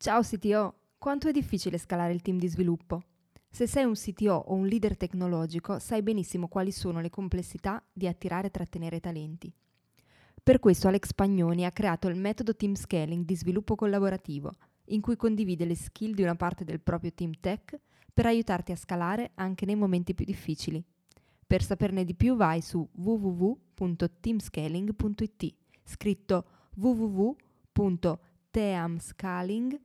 Ciao CTO, quanto è difficile scalare il team di sviluppo? Se sei un CTO o un leader tecnologico, sai benissimo quali sono le complessità di attirare e trattenere talenti. Per questo Alex Pagnoni ha creato il metodo Team Scaling di sviluppo collaborativo, in cui condivide le skill di una parte del proprio team tech per aiutarti a scalare anche nei momenti più difficili. Per saperne di più vai su www.teamscaling.it, scritto www.teamscaling.it.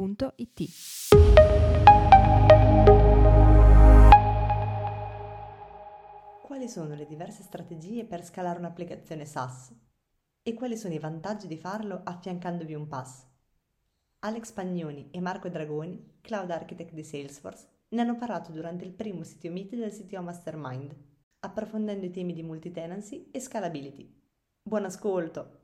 Quali sono le diverse strategie per scalare un'applicazione SaaS? E quali sono i vantaggi di farlo affiancandovi un PaaS? Alex Pagnoni e Marco Dragoni, Cloud Architect di Salesforce, ne hanno parlato durante il primo CTO Meet del CTO Mastermind, approfondendo i temi di multi-tenancy e scalability. Buon ascolto!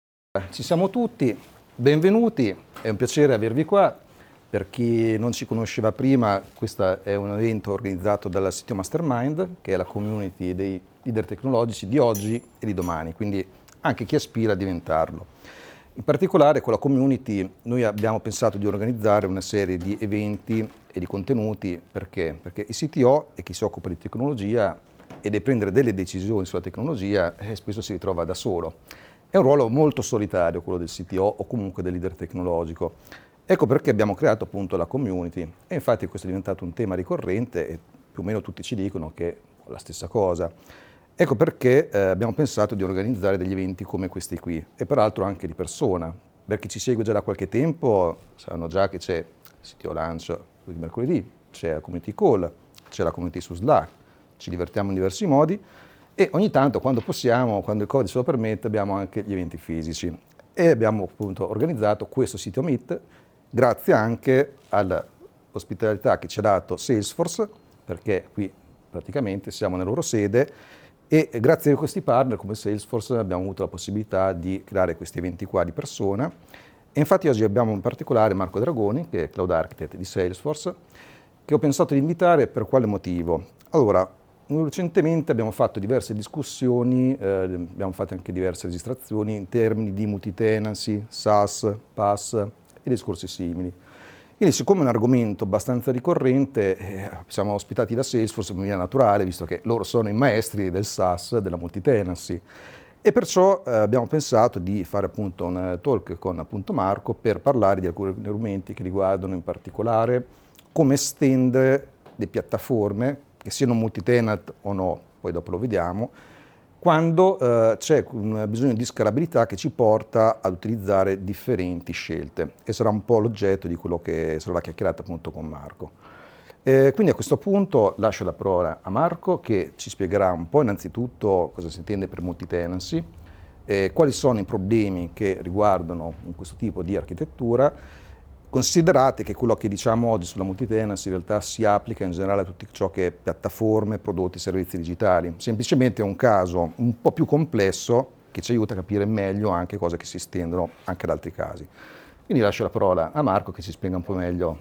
Ci siamo tutti, benvenuti, è un piacere avervi qua. Per chi non ci conosceva prima, questo è un evento organizzato dalla CTO Mastermind, che è la community dei leader tecnologici di oggi e di domani, quindi anche chi aspira a diventarlo. In particolare con la community noi abbiamo pensato di organizzare una serie di eventi e di contenuti, perché? Perché il CTO è chi si occupa di tecnologia e deve prendere delle decisioni sulla tecnologia e spesso si ritrova da solo. È un ruolo molto solitario quello del CTO o comunque del leader tecnologico. Ecco perché abbiamo creato appunto la community e infatti questo è diventato un tema ricorrente e più o meno tutti ci dicono che è la stessa cosa. Ecco perché abbiamo pensato di organizzare degli eventi come questi qui e peraltro anche di persona. Per chi ci segue già da qualche tempo sanno già che c'è il CTO Lunch di mercoledì, c'è la community call, c'è la community su Slack, ci divertiamo in diversi modi. E ogni tanto, quando possiamo, quando il Covid ce lo permette, abbiamo anche gli eventi fisici. E abbiamo appunto organizzato questo sito Meet, grazie anche all'ospitalità che ci ha dato Salesforce, perché qui praticamente siamo nella loro sede, e grazie a questi partner come Salesforce abbiamo avuto la possibilità di creare questi eventi qua di persona. E infatti oggi abbiamo in particolare Marco Dragoni, che è Cloud Architect di Salesforce, che ho pensato di invitare per quale motivo? Allora, recentemente abbiamo fatto diverse discussioni, abbiamo fatto anche diverse registrazioni in termini di multi-tenancy, SaaS, PaaS e discorsi simili. Quindi siccome è un argomento abbastanza ricorrente, siamo ospitati da Salesforce in maniera naturale, visto che loro sono i maestri del SaaS, della multi-tenancy. E perciò abbiamo pensato di fare appunto un talk con appunto Marco per parlare di alcuni argomenti che riguardano in particolare come estendere le piattaforme, che siano multi-tenant o no, poi dopo lo vediamo, quando c'è un bisogno di scalabilità che ci porta ad utilizzare differenti scelte e sarà un po' l'oggetto di quello che sarà la chiacchierata appunto con Marco. Quindi a questo punto lascio la parola a Marco che ci spiegherà un po' innanzitutto cosa si intende per multi-tenancy, quali sono i problemi che riguardano questo tipo di architettura. Considerate che quello che diciamo oggi sulla multi-tenancy in realtà si applica in generale a tutto ciò che è piattaforme, prodotti, servizi digitali. Semplicemente è un caso un po' più complesso che ci aiuta a capire meglio anche cose che si estendono anche ad altri casi. Quindi lascio la parola a Marco che ci spiega un po' meglio.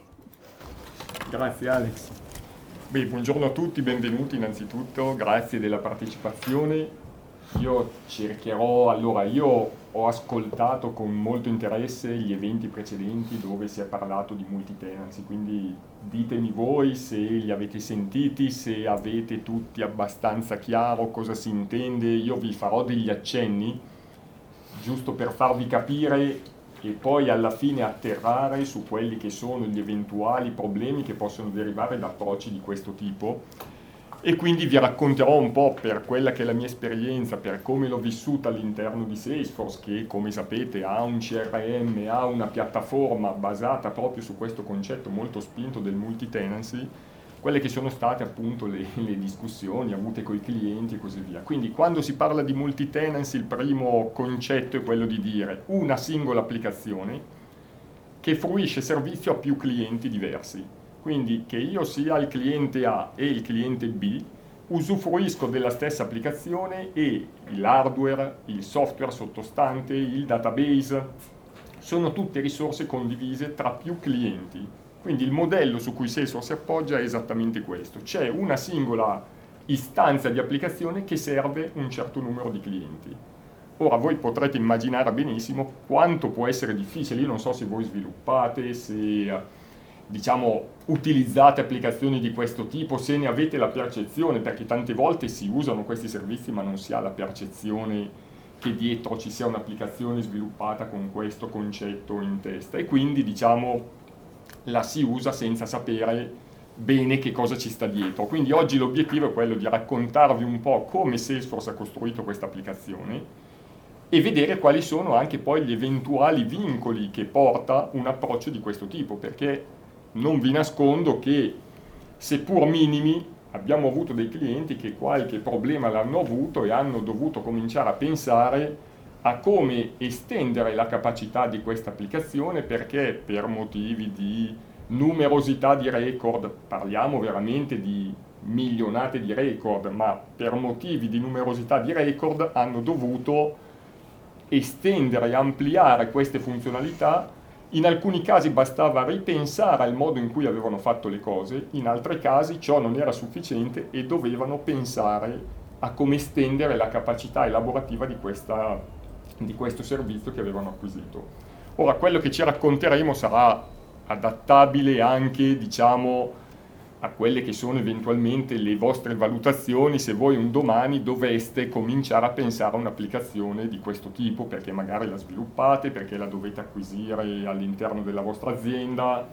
Grazie Alex. Buongiorno a tutti, benvenuti innanzitutto, grazie della partecipazione. Io ho ascoltato con molto interesse gli eventi precedenti dove si è parlato di multi-tenancy, quindi ditemi voi se li avete sentiti, se avete tutti abbastanza chiaro cosa si intende. Io vi farò degli accenni, giusto per farvi capire e poi alla fine atterrare su quelli che sono gli eventuali problemi che possono derivare da approcci di questo tipo. E quindi vi racconterò un po' per quella che è la mia esperienza, per come l'ho vissuta all'interno di Salesforce, che come sapete ha un CRM, ha una piattaforma basata proprio su questo concetto molto spinto del multi-tenancy, quelle che sono state appunto le discussioni avute con i clienti e così via. Quindi quando si parla di multi-tenancy il primo concetto è quello di dire una singola applicazione che fruisce servizio a più clienti diversi. Quindi che io sia il cliente A e il cliente B usufruisco della stessa applicazione e l'hardware, il software sottostante, il database sono tutte risorse condivise tra più clienti. Quindi il modello su cui Salesforce si appoggia è esattamente questo. C'è una singola istanza di applicazione che serve un certo numero di clienti. Ora voi potrete immaginare benissimo quanto può essere difficile. Io non so se voi sviluppate, se diciamo utilizzate applicazioni di questo tipo, se ne avete la percezione, perché tante volte si usano questi servizi ma non si ha la percezione che dietro ci sia un'applicazione sviluppata con questo concetto in testa, e quindi diciamo la si usa senza sapere bene che cosa ci sta dietro. Quindi oggi l'obiettivo è quello di raccontarvi un po' come Salesforce ha costruito questa applicazione e vedere quali sono anche poi gli eventuali vincoli che porta un approccio di questo tipo, perché non vi nascondo che, seppur minimi, abbiamo avuto dei clienti che qualche problema l'hanno avuto e hanno dovuto cominciare a pensare a come estendere la capacità di questa applicazione, perché per motivi di numerosità di record, parliamo veramente di milionate di record, ma per motivi di numerosità di record hanno dovuto estendere e ampliare queste funzionalità. In alcuni casi bastava ripensare al modo in cui avevano fatto le cose, in altri casi ciò non era sufficiente e dovevano pensare a come estendere la capacità elaborativa di questo servizio che avevano acquisito. Ora, quello che ci racconteremo sarà adattabile anche, diciamo, a quelle che sono eventualmente le vostre valutazioni se voi un domani doveste cominciare a pensare a un'applicazione di questo tipo, perché magari la sviluppate, perché la dovete acquisire all'interno della vostra azienda,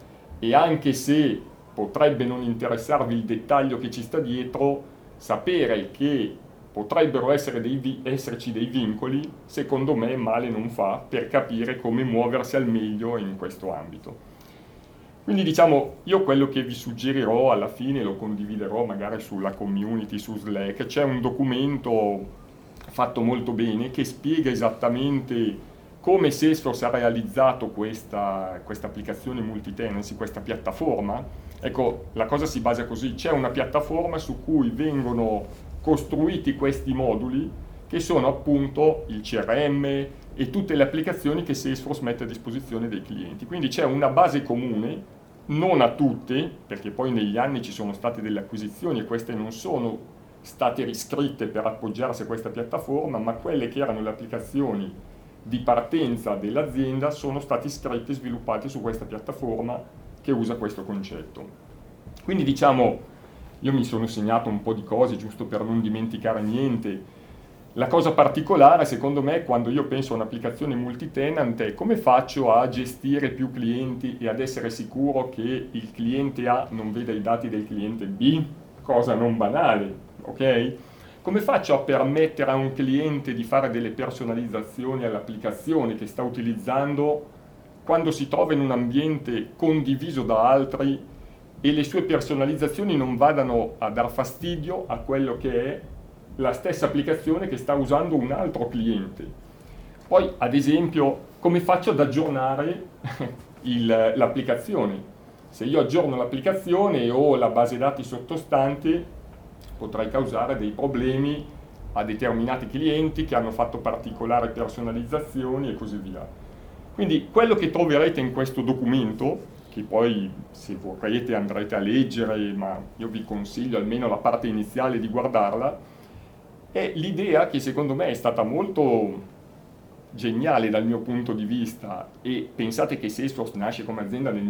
e anche se potrebbe non interessarvi il dettaglio che ci sta dietro, sapere che potrebbero esserci dei vincoli, secondo me male non fa per capire come muoversi al meglio in questo ambito. Quindi diciamo, io quello che vi suggerirò alla fine lo condividerò magari sulla community, su Slack. C'è un documento fatto molto bene che spiega esattamente come Salesforce ha realizzato questa applicazione multi-tenancy, questa piattaforma. Ecco, la cosa si basa così: c'è una piattaforma su cui vengono costruiti questi moduli che sono appunto il CRM e tutte le applicazioni che Salesforce mette a disposizione dei clienti. Quindi c'è una base comune, non a tutte, perché poi negli anni ci sono state delle acquisizioni e queste non sono state riscritte per appoggiarsi a questa piattaforma, ma quelle che erano le applicazioni di partenza dell'azienda sono state scritte e sviluppate su questa piattaforma che usa questo concetto. Quindi diciamo, io mi sono segnato un po' di cose giusto per non dimenticare niente. La cosa particolare, secondo me, quando io penso a un'applicazione multi-tenant è come faccio a gestire più clienti e ad essere sicuro che il cliente A non veda i dati del cliente B, cosa non banale, ok? Come faccio a permettere a un cliente di fare delle personalizzazioni all'applicazione che sta utilizzando quando si trova in un ambiente condiviso da altri e le sue personalizzazioni non vadano a dar fastidio a quello che è la stessa applicazione che sta usando un altro cliente? Poi, ad esempio, come faccio ad aggiornare l'applicazione? Se io aggiorno l'applicazione e ho la base dati sottostante, potrei causare dei problemi a determinati clienti che hanno fatto particolari personalizzazioni e così via. Quindi quello che troverete in questo documento, che poi se vorrete andrete a leggere, ma io vi consiglio almeno la parte iniziale di guardarla, è l'idea che secondo me è stata molto geniale dal mio punto di vista, e pensate che Salesforce nasce come azienda nel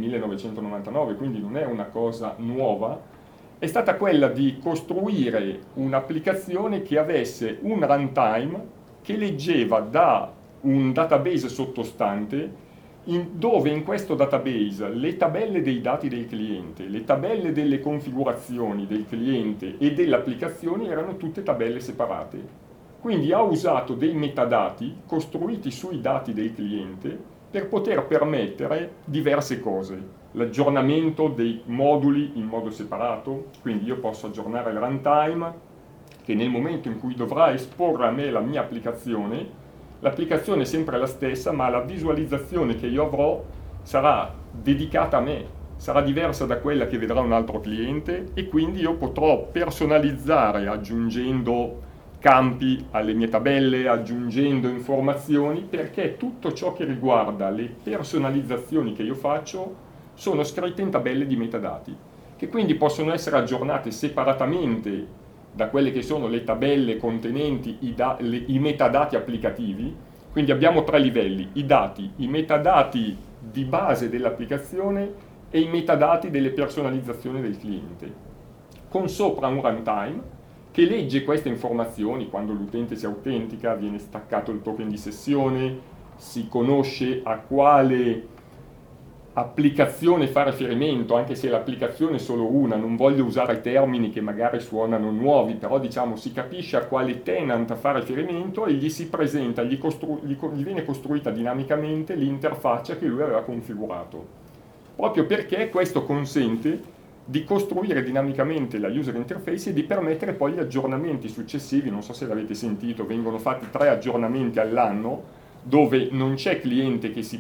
1999, quindi non è una cosa nuova, è stata quella di costruire un'applicazione che avesse un runtime che leggeva da un database sottostante, dove in questo database le tabelle dei dati del cliente, le tabelle delle configurazioni del cliente e delle applicazioni erano tutte tabelle separate. Quindi ha usato dei metadati costruiti sui dati del cliente per poter permettere diverse cose. L'aggiornamento dei moduli in modo separato, quindi io posso aggiornare il runtime che nel momento in cui dovrà esporre a me la mia applicazione, l'applicazione è sempre la stessa, ma la visualizzazione che io avrò sarà dedicata a me, sarà diversa da quella che vedrà un altro cliente, e quindi io potrò personalizzare aggiungendo campi alle mie tabelle, aggiungendo informazioni, perché tutto ciò che riguarda le personalizzazioni che io faccio sono scritte in tabelle di metadati, che quindi possono essere aggiornate separatamente da quelle che sono le tabelle contenenti i metadati applicativi. Quindi abbiamo 3 livelli: i dati, i metadati di base dell'applicazione e i metadati delle personalizzazioni del cliente, con sopra un runtime che legge queste informazioni. Quando l'utente si autentica viene staccato il token di sessione, si conosce a quale applicazione fa riferimento, anche se l'applicazione è solo una, non voglio usare termini che magari suonano nuovi, però diciamo si capisce a quale tenant fa riferimento e gli si presenta, gli viene costruita dinamicamente l'interfaccia che lui aveva configurato, proprio perché questo consente di costruire dinamicamente la user interface e di permettere poi gli aggiornamenti successivi. Non so se l'avete sentito, vengono fatti 3 aggiornamenti all'anno, dove non c'è cliente che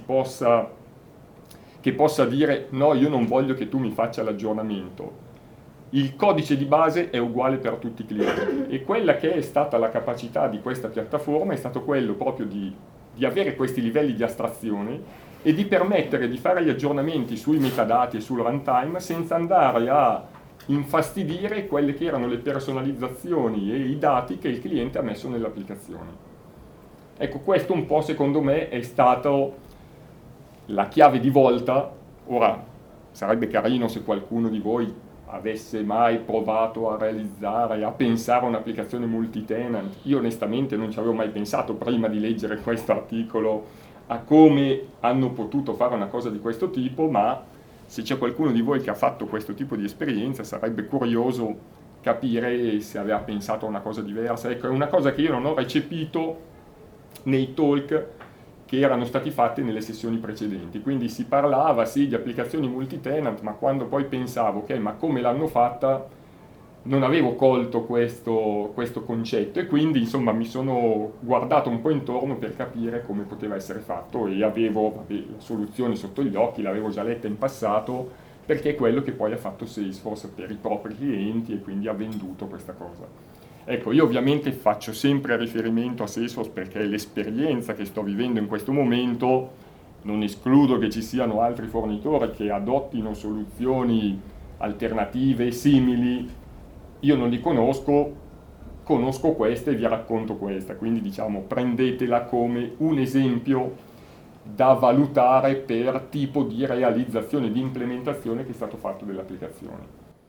possa dire no, io non voglio che tu mi faccia l'aggiornamento. Il codice di base è uguale per tutti i clienti, e quella che è stata la capacità di questa piattaforma è stato quello proprio di avere questi livelli di astrazione e di permettere di fare gli aggiornamenti sui metadati e sul runtime senza andare a infastidire quelle che erano le personalizzazioni e i dati che il cliente ha messo nell'applicazione. Ecco, questo un po' secondo me è stato la chiave di volta. Ora, sarebbe carino se qualcuno di voi avesse mai provato a realizzare, a pensare a un'applicazione multi-tenant. Io onestamente non ci avevo mai pensato prima di leggere questo articolo a come hanno potuto fare una cosa di questo tipo, ma se c'è qualcuno di voi che ha fatto questo tipo di esperienza sarebbe curioso capire se aveva pensato a una cosa diversa. Ecco, è una cosa che io non ho recepito nei talk che erano stati fatti nelle sessioni precedenti. Quindi si parlava sì di applicazioni multi-tenant, ma quando poi pensavo ok, ma come l'hanno fatta, non avevo colto questo concetto, e quindi insomma mi sono guardato un po' intorno per capire come poteva essere fatto, e avevo la soluzione sotto gli occhi, l'avevo già letta in passato, perché è quello che poi ha fatto Salesforce per i propri clienti e quindi ha venduto questa cosa. Ecco, io ovviamente faccio sempre riferimento a Salesforce perché è l'esperienza che sto vivendo in questo momento. Non escludo che ci siano altri fornitori che adottino soluzioni alternative, simili. Io non li conosco queste e vi racconto questa, quindi diciamo prendetela come un esempio da valutare per tipo di realizzazione, di implementazione che è stato fatto dell'applicazione.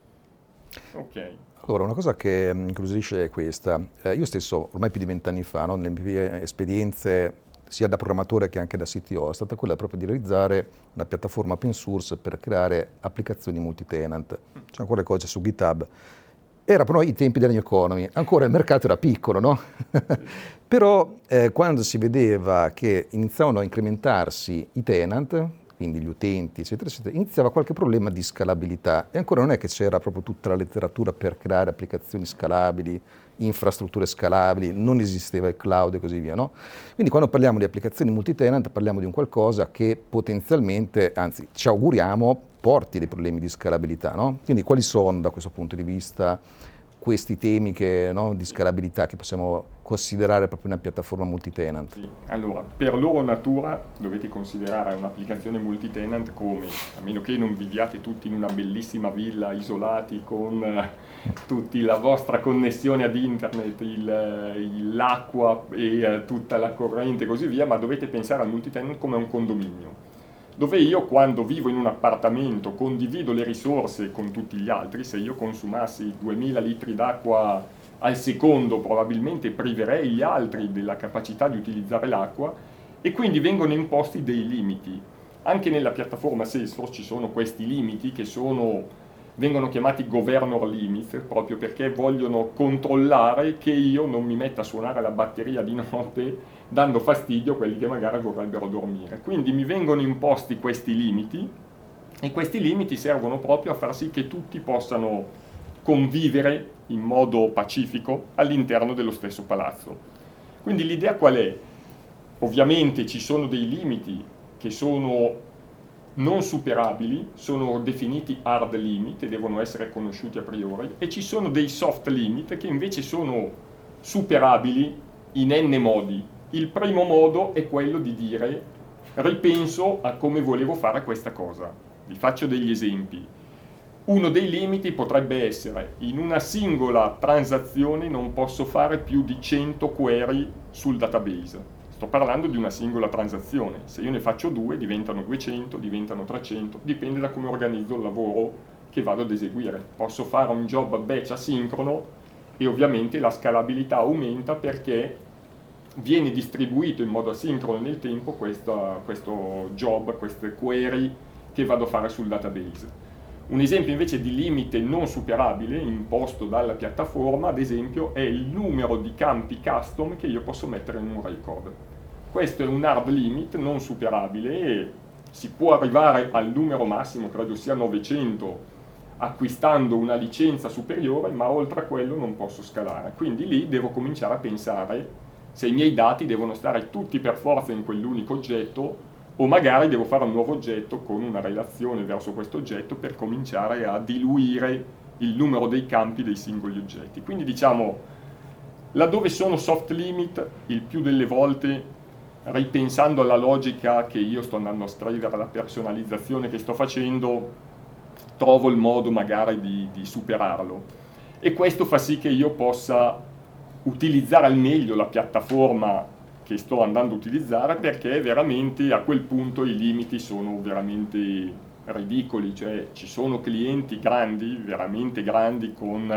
Ok. Allora, una cosa che mi incuriosisce è questa. Io stesso, ormai più di 20 anni fa, no, nelle mie esperienze sia da programmatore che anche da CTO, è stata quella proprio di realizzare una piattaforma open source per creare applicazioni multi-tenant. C'è ancora il codice su GitHub. Era però i tempi della New Economy, ancora il mercato era piccolo, no? Però quando si vedeva che iniziavano a incrementarsi i tenant, quindi gli utenti, eccetera, eccetera, iniziava qualche problema di scalabilità, e ancora non è che c'era proprio tutta la letteratura per creare applicazioni scalabili, infrastrutture scalabili, non esisteva il cloud e così via, no? Quindi quando parliamo di applicazioni multi-tenant parliamo di un qualcosa che potenzialmente, anzi ci auguriamo, porti dei problemi di scalabilità, no? Quindi quali sono da questo punto di vista questi temi che, no, di scalabilità che possiamo considerare proprio una piattaforma multi-tenant? Sì. Allora, per loro natura dovete considerare un'applicazione multi-tenant come, a meno che non viviate tutti in una bellissima villa isolati con tutti la vostra connessione ad internet, l'acqua e tutta la corrente e così via, ma dovete pensare al multi-tenant come a un condominio, dove io quando vivo in un appartamento condivido le risorse con tutti gli altri. Se io consumassi 2000 litri d'acqua al secondo probabilmente priverei gli altri della capacità di utilizzare l'acqua, e quindi vengono imposti dei limiti. Anche nella piattaforma Salesforce ci sono questi limiti che vengono chiamati governor limits, proprio perché vogliono controllare che io non mi metta a suonare la batteria di notte dando fastidio a quelli che magari vorrebbero dormire. Quindi mi vengono imposti questi limiti, e questi limiti servono proprio a far sì che tutti possano convivere in modo pacifico all'interno dello stesso palazzo. Quindi l'idea qual è? Ovviamente ci sono dei limiti che sono non superabili, sono definiti hard limit e devono essere conosciuti a priori, e ci sono dei soft limit che invece sono superabili in n modi. Il primo modo è quello di dire ripenso a come volevo fare questa cosa. Vi faccio degli esempi. Uno dei limiti potrebbe essere: in una singola transazione non posso fare più di 100 query sul database. Sto parlando di una singola transazione. Se io ne faccio 2 diventano 200, diventano 300, dipende da come organizzo il lavoro che vado ad eseguire. Posso fare un job batch asincrono e ovviamente la scalabilità aumenta perché viene distribuito in modo asincrono nel tempo questo job, queste query che vado a fare sul database. Un esempio invece di limite non superabile imposto dalla piattaforma, ad esempio, è il numero di campi custom che io posso mettere in un record. Questo è un hard limit non superabile e si può arrivare al numero massimo, credo sia 900, acquistando una licenza superiore, ma oltre a quello non posso scalare. Quindi lì devo cominciare a pensare se i miei dati devono stare tutti per forza in quell'unico oggetto, o magari devo fare un nuovo oggetto con una relazione verso questo oggetto per cominciare a diluire il numero dei campi dei singoli oggetti. Quindi diciamo, laddove sono soft limit, il più delle volte, ripensando alla logica che io sto andando a stringere, alla personalizzazione che sto facendo, trovo il modo magari di superarlo. E questo fa sì che io possa utilizzare al meglio la piattaforma che sto andando a utilizzare, perché veramente a quel punto i limiti sono veramente ridicoli, cioè ci sono clienti grandi, veramente grandi, con,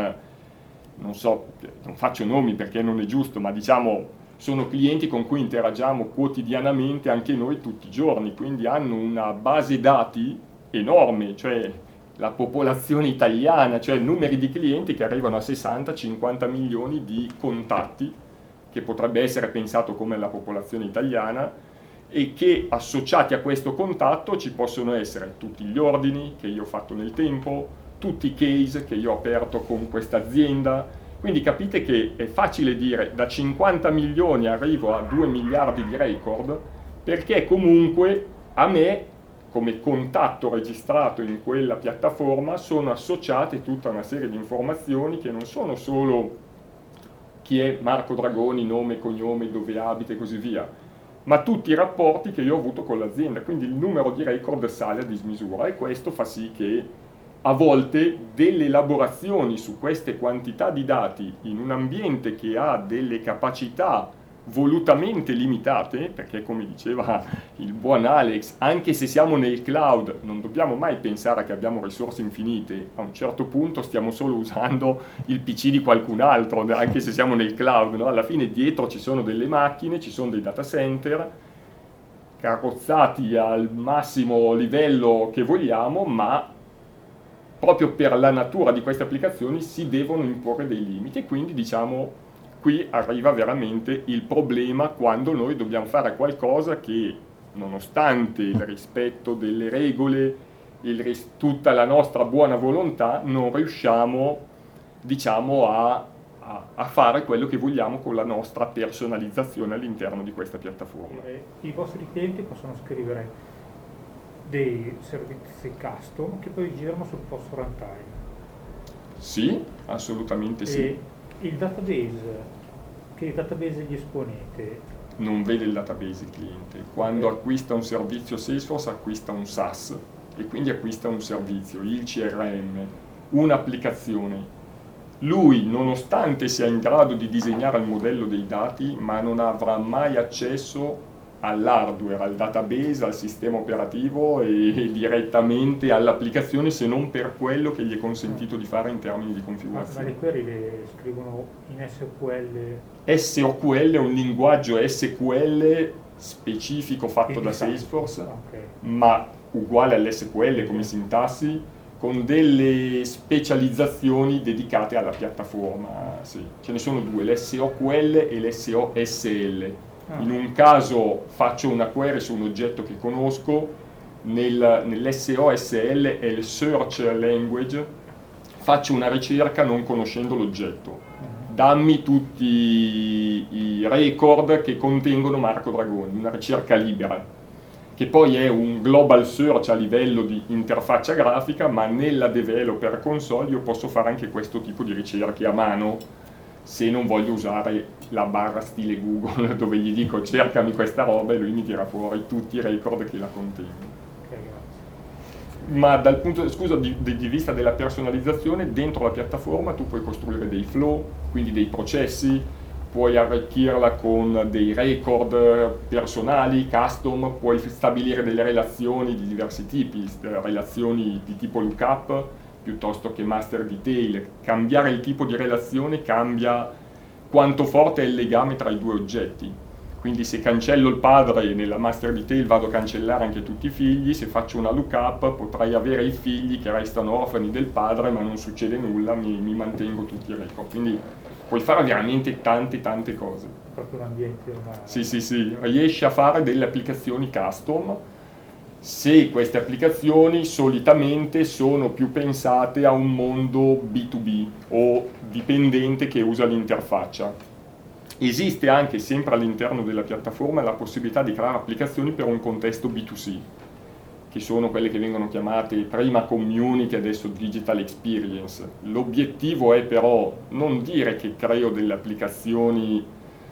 non so, non faccio nomi perché non è giusto, ma diciamo sono clienti con cui interagiamo quotidianamente anche noi tutti i giorni, quindi hanno una base dati enorme, cioè la popolazione italiana, cioè numeri di clienti che arrivano a 60-50 milioni di contatti, che potrebbe essere pensato come la popolazione italiana, e che associati a questo contatto ci possono essere tutti gli ordini che io ho fatto nel tempo, tutti i case che io ho aperto con questa azienda. Quindi capite che è facile dire da 50 milioni arrivo a 2 miliardi di record, perché comunque a me, come contatto registrato in quella piattaforma, sono associate tutta una serie di informazioni che non sono solo chi è Marco Dragoni, nome, cognome, dove abita e così via, ma tutti i rapporti che io ho avuto con l'azienda, quindi il numero di record sale a dismisura, e questo fa sì che a volte delle elaborazioni su queste quantità di dati in un ambiente che ha delle capacità volutamente limitate, perché come diceva il buon Alex, anche se siamo nel cloud non dobbiamo mai pensare che abbiamo risorse infinite. A un certo punto stiamo solo usando il PC di qualcun altro, anche se siamo nel cloud, no? Alla fine dietro ci sono delle macchine, ci sono dei data center carrozzati al massimo livello che vogliamo, ma proprio per la natura di queste applicazioni si devono imporre dei limiti, e quindi diciamo qui arriva veramente il problema quando noi dobbiamo fare qualcosa che, nonostante il rispetto delle regole, tutta la nostra buona volontà, non riusciamo, diciamo, a fare quello che vogliamo con la nostra personalizzazione all'interno di questa piattaforma. I vostri clienti possono scrivere dei servizi custom che poi girano sul post runtime. Sì, assolutamente sì. E il database, che database gli esponete? Non vede il database il cliente. Quando acquista un servizio Salesforce acquista un SaaS e quindi acquista un servizio, il CRM, un'applicazione. Lui, nonostante sia in grado di disegnare il modello dei dati, ma non avrà mai accesso all'hardware, al database, al sistema operativo e direttamente all'applicazione, se non per quello che gli è consentito di fare in termini di configurazione. Ma le query le scrivono in SQL? SQL è un linguaggio SQL specifico fatto da Salesforce, okay, ma uguale all'SQL come sintassi, con delle specializzazioni dedicate alla piattaforma. Sì. Ce ne sono due, l'SOQL e l'SOSL. In un caso faccio una query su un oggetto che conosco, nell'SOSL è il search language, faccio una ricerca non conoscendo l'oggetto. Dammi tutti i record che contengono Marco Dragoni, una ricerca libera, che poi è un global search a livello di interfaccia grafica, ma nella developer console io posso fare anche questo tipo di ricerche a mano, se non voglio usare la barra stile Google dove gli dico cercami questa roba e lui mi tira fuori tutti i record che la contengono. Ok, grazie. ma dal punto di vista della personalizzazione, dentro la piattaforma tu puoi costruire dei flow, quindi dei processi, puoi arricchirla con dei record personali, custom, puoi stabilire delle relazioni di diversi tipi, relazioni di tipo lookup piuttosto che master detail. Cambiare il tipo di relazione cambia quanto forte è il legame tra i due oggetti. Quindi se cancello il padre nella master detail vado a cancellare anche tutti i figli, se faccio una lookup potrei avere i figli che restano orfani del padre ma non succede nulla, mi mantengo tutti i record. Quindi puoi fare veramente tante cose. Proprio l'ambiente. Sì, riesci a fare delle applicazioni custom se queste applicazioni solitamente sono più pensate a un mondo B2B o dipendente che usa l'interfaccia. Esiste anche sempre all'interno della piattaforma la possibilità di creare applicazioni per un contesto B2C, che sono quelle che vengono chiamate prima community, adesso digital experience. L'obiettivo è però non dire che creo delle applicazioni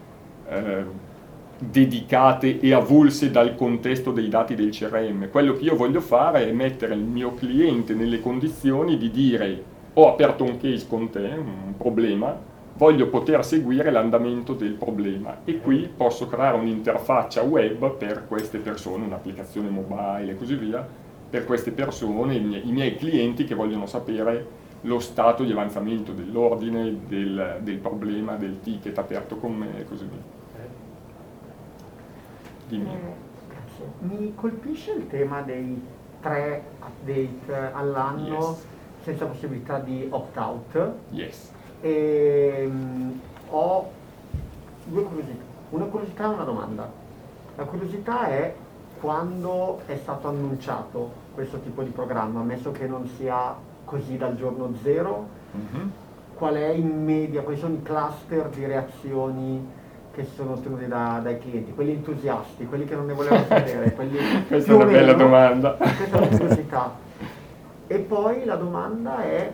dedicate e avulse dal contesto dei dati del CRM. Quello che io voglio fare è mettere il mio cliente nelle condizioni di dire: ho aperto un case con te, un problema, voglio poter seguire l'andamento del problema e qui posso creare un'interfaccia web per queste persone, un'applicazione mobile e così via, per queste persone, i miei clienti che vogliono sapere lo stato di avanzamento dell'ordine, del problema, del ticket aperto con me e così via. Dimmi. Mi colpisce il tema dei 3 update all'anno, Yes. senza possibilità di opt-out. Yes. Ho 2 curiosità, una curiosità e una domanda. La curiosità è quando è stato annunciato questo tipo di programma, ammesso che non sia così dal giorno zero, qual è in media, quali sono i cluster di reazioni che sono ottenuti dai clienti, quelli entusiasti, quelli che non ne volevano sapere, quelli Questa è una bella domanda. Questa è una curiosità. E poi la domanda è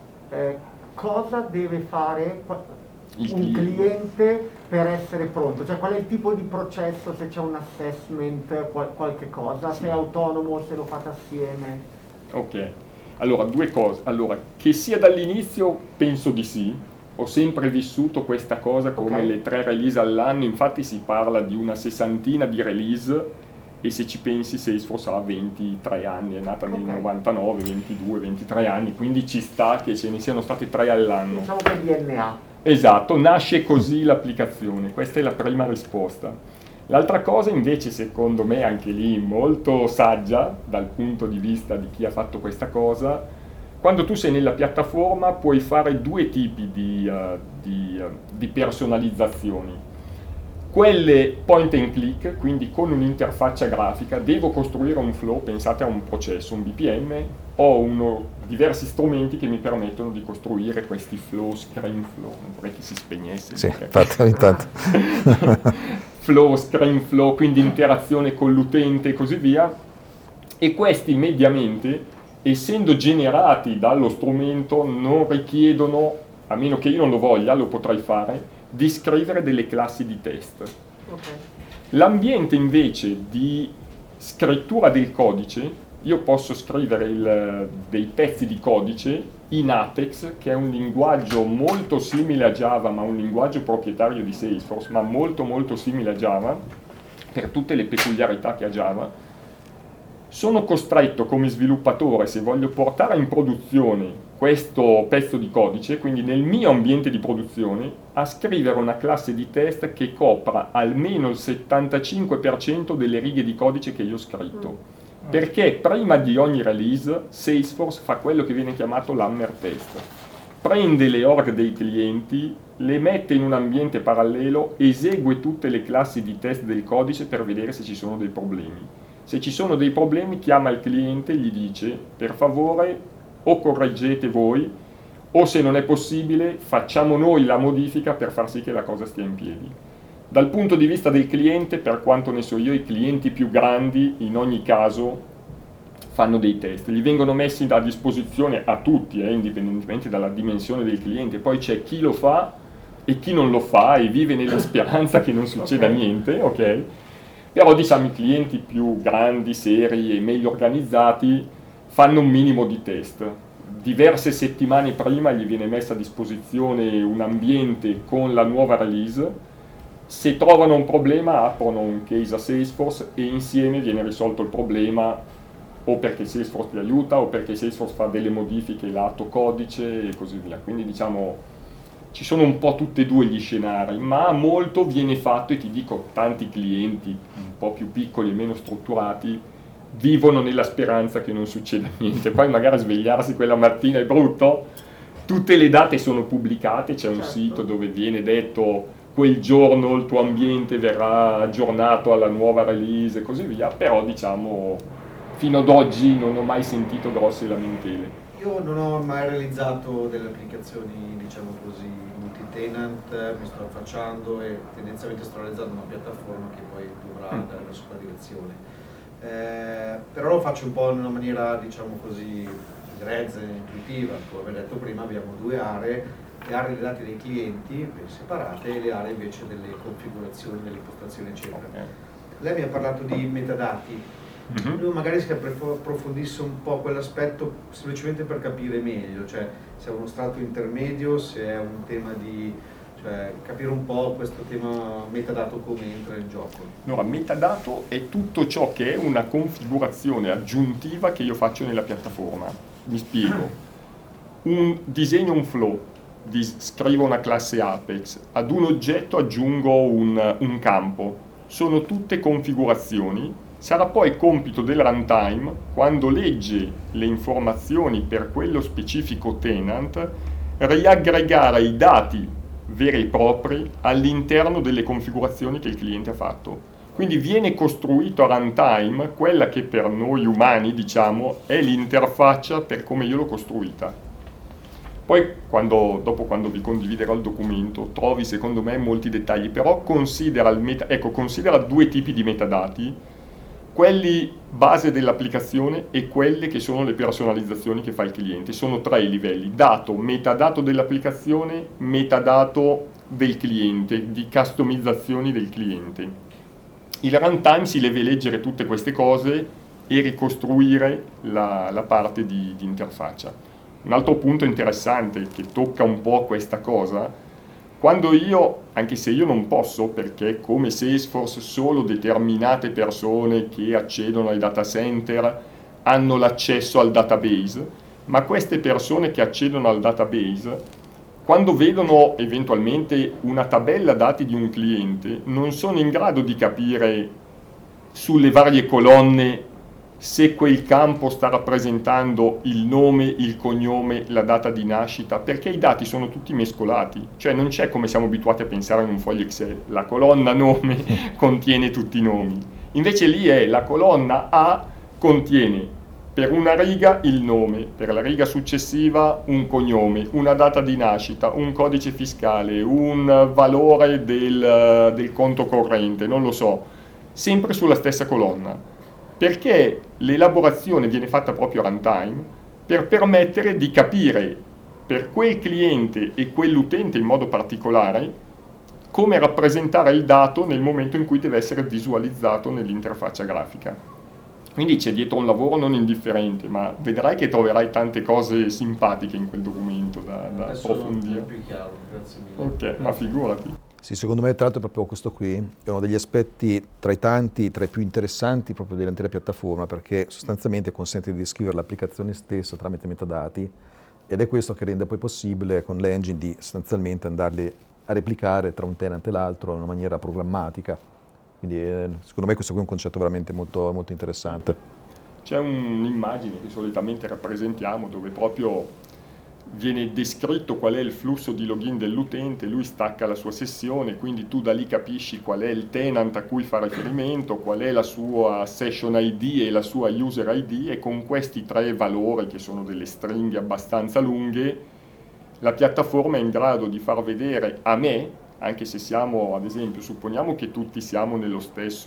cosa deve fare un cliente per essere pronto? Cioè qual è il tipo di processo, se c'è un assessment, qualche cosa, se è autonomo, se lo fate assieme? Ok, allora 2 cose. Allora, che sia dall'inizio penso di sì. Ho sempre vissuto questa cosa come le 3 release all'anno, infatti si parla di una 60ina di release e se ci pensi Salesforce ha 23 anni, è nata nel 99, 22, 23 anni, quindi ci sta che ce ne siano stati 3 all'anno. Diciamo che è DNA. Esatto, nasce così l'applicazione, questa è la prima risposta. L'altra cosa invece secondo me anche lì molto saggia dal punto di vista di chi ha fatto questa cosa. Quando tu sei nella piattaforma puoi fare 2 tipi di personalizzazioni. Quelle point and click, quindi con un'interfaccia grafica, devo costruire un flow, pensate a un processo, un BPM, ho diversi strumenti che mi permettono di costruire questi flow, screen flow, non vorrei che si spegnesse. Sì, infatti ogni tanto. Flow, screen flow, quindi interazione con l'utente e così via, e questi mediamente, essendo generati dallo strumento, non richiedono, a meno che io non lo voglia, lo potrei fare, di scrivere delle classi di test. L'ambiente invece di scrittura del codice, io posso scrivere dei pezzi di codice in Apex, che è un linguaggio molto simile a Java, ma un linguaggio proprietario di Salesforce, ma molto simile a Java, per tutte le peculiarità che ha Java. Sono costretto come sviluppatore, se voglio portare in produzione questo pezzo di codice, quindi nel mio ambiente di produzione, a scrivere una classe di test che copra almeno il 75% delle righe di codice che io ho scritto. Perché prima di ogni release Salesforce fa quello che viene chiamato l'hammer test. Prende le org dei clienti, le mette in un ambiente parallelo, esegue tutte le classi di test del codice per vedere se ci sono dei problemi. Se ci sono dei problemi chiama il cliente e gli dice: per favore o correggete voi o se non è possibile facciamo noi la modifica per far sì che la cosa stia in piedi. Dal punto di vista del cliente, per quanto ne so io, i clienti più grandi in ogni caso fanno dei test, gli vengono messi a disposizione a tutti, indipendentemente dalla dimensione del cliente. Poi c'è chi lo fa e chi non lo fa e vive nella speranza che non succeda niente, ok? Però diciamo i clienti più grandi, seri e meglio organizzati fanno un minimo di test. Diverse settimane prima gli viene messa a disposizione un ambiente con la nuova release. Se trovano un problema aprono un case a Salesforce e insieme viene risolto il problema, o perché Salesforce ti aiuta o perché Salesforce fa delle modifiche lato codice e così via. Quindi diciamo ci sono un po' tutti e due gli scenari, ma molto viene fatto, e ti dico, tanti clienti un po' più piccoli e meno strutturati vivono nella speranza che non succeda niente. Poi magari svegliarsi quella mattina è brutto. Tutte le date sono pubblicate, c'è un sito dove viene detto quel giorno il tuo ambiente verrà aggiornato alla nuova release e così via, però diciamo fino ad oggi non ho mai sentito grosse lamentele. Io non ho mai realizzato delle applicazioni, diciamo così, multi-tenant, mi sto affacciando e tendenzialmente sto realizzando una piattaforma che poi dovrà andare verso quella direzione. Però lo faccio un po' in una maniera, diciamo così, grezza e intuitiva. Come avevo detto prima, abbiamo due aree, le aree dei dati dei clienti ben separate e le aree invece delle configurazioni, delle impostazioni eccetera. Lei mi ha parlato di metadati. Lui magari si approfondisse un po' quell'aspetto semplicemente per capire meglio, cioè se è uno strato intermedio, se è un tema di, cioè capire un po' questo tema metadato come entra in gioco. Allora, metadato è tutto ciò che è una configurazione aggiuntiva che io faccio nella piattaforma. Mi spiego. Disegno un flow, scrivo una classe Apex, ad un oggetto aggiungo un campo. Sono tutte configurazioni. Sarà poi compito del runtime, quando legge le informazioni per quello specifico tenant, riaggregare i dati veri e propri all'interno delle configurazioni che il cliente ha fatto. Quindi viene costruito a runtime quella che per noi umani, diciamo, è l'interfaccia per come io l'ho costruita. Poi dopo quando vi condividerò il documento trovi secondo me molti dettagli, però considera due tipi di metadati, quelli base dell'applicazione e quelle che sono le personalizzazioni che fa il cliente. Sono tre i livelli: dato, metadato dell'applicazione, metadato del cliente, di customizzazioni del cliente. Il runtime si deve leggere tutte queste cose e ricostruire la parte di interfaccia. Un altro punto interessante che tocca un po' questa cosa: quando io, anche se io non posso, perché come Salesforce solo determinate persone che accedono ai data center hanno l'accesso al database, ma queste persone che accedono al database, quando vedono eventualmente una tabella dati di un cliente, non sono in grado di capire sulle varie colonne se quel campo sta rappresentando il nome, il cognome, la data di nascita, perché i dati sono tutti mescolati, cioè non c'è come siamo abituati a pensare in un foglio Excel, la colonna nome contiene tutti i nomi, invece lì è la colonna A contiene per una riga il nome, per la riga successiva un cognome, una data di nascita, un codice fiscale, un valore del conto corrente, non lo so, sempre sulla stessa colonna. Perché l'elaborazione viene fatta proprio a runtime per permettere di capire per quel cliente e quell'utente in modo particolare come rappresentare il dato nel momento in cui deve essere visualizzato nell'interfaccia grafica. Quindi c'è dietro un lavoro non indifferente, ma vedrai che troverai tante cose simpatiche in quel documento da approfondire. Più chiaro, grazie mille. Ok, ma figurati. Sì, secondo me tra l'altro proprio questo qui è uno degli aspetti tra i tanti, tra i più interessanti proprio dell'intera piattaforma, perché sostanzialmente consente di descrivere l'applicazione stessa tramite metadati, ed è questo che rende poi possibile con l'engine di sostanzialmente andarli a replicare tra un tenant e l'altro in una maniera programmatica. Quindi secondo me questo qui è un concetto veramente molto, molto interessante. C'è un'immagine che solitamente rappresentiamo dove proprio viene descritto qual è il flusso di login dell'utente, lui stacca la sua sessione, quindi tu da lì capisci qual è il tenant a cui fa riferimento, qual è la sua session ID e la sua user ID, e con questi tre valori, che sono delle stringhe abbastanza lunghe, la piattaforma è in grado di far vedere a me, anche se siamo, ad esempio, supponiamo che tutti siamo dello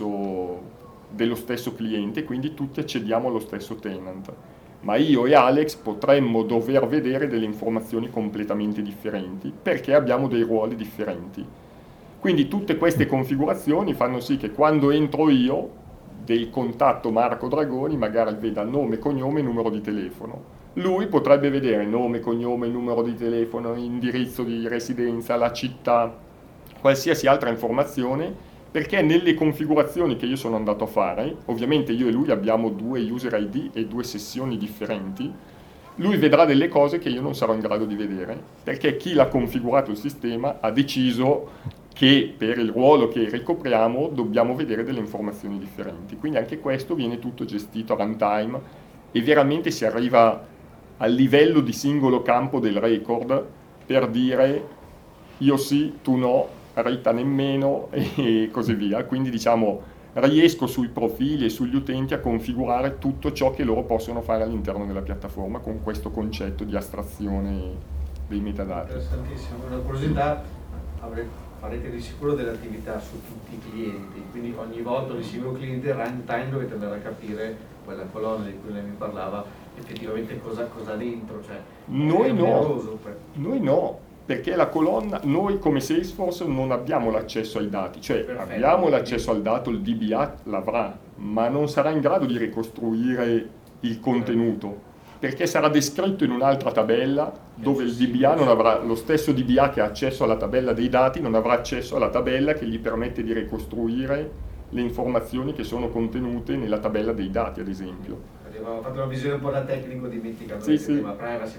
stesso cliente, quindi tutti accediamo allo stesso tenant, ma io e Alex potremmo dover vedere delle informazioni completamente differenti perché abbiamo dei ruoli differenti. Quindi tutte queste configurazioni fanno sì che quando entro io del contatto Marco Dragoni magari veda nome, cognome e numero di telefono. Lui potrebbe vedere nome, cognome, numero di telefono, indirizzo di residenza, la città, qualsiasi altra informazione, perché nelle configurazioni che io sono andato a fare, ovviamente io e lui abbiamo 2 user ID e 2 sessioni differenti, lui vedrà delle cose che io non sarò in grado di vedere, perché chi l'ha configurato il sistema ha deciso che per il ruolo che ricopriamo dobbiamo vedere delle informazioni differenti. Quindi anche questo viene tutto gestito a runtime e veramente si arriva al livello di singolo campo del record per dire io sì, tu no, Rita nemmeno e così via. Quindi diciamo riesco sui profili e sugli utenti a configurare tutto ciò che loro possono fare all'interno della piattaforma con questo concetto di astrazione dei metadati. Interessantissimo, una curiosità, farete di sicuro delle attività su tutti i clienti, quindi ogni volta ogni singolo cliente runtime dovete andare a capire quella colonna di cui lei mi parlava effettivamente cosa ha dentro, cioè noi no, perché la colonna, noi come Salesforce non abbiamo l'accesso ai dati, cioè perfetto, abbiamo l'accesso al dato, il DBA l'avrà, ma non sarà in grado di ricostruire il contenuto, perché sarà descritto in un'altra tabella dove il DBA non avrà, lo stesso DBA che ha accesso alla tabella dei dati non avrà accesso alla tabella che gli permette di ricostruire le informazioni che sono contenute nella tabella dei dati, ad esempio. Avevo fatto una visione un po' da tecnico, dimenticando Sì, sì. ma privacy,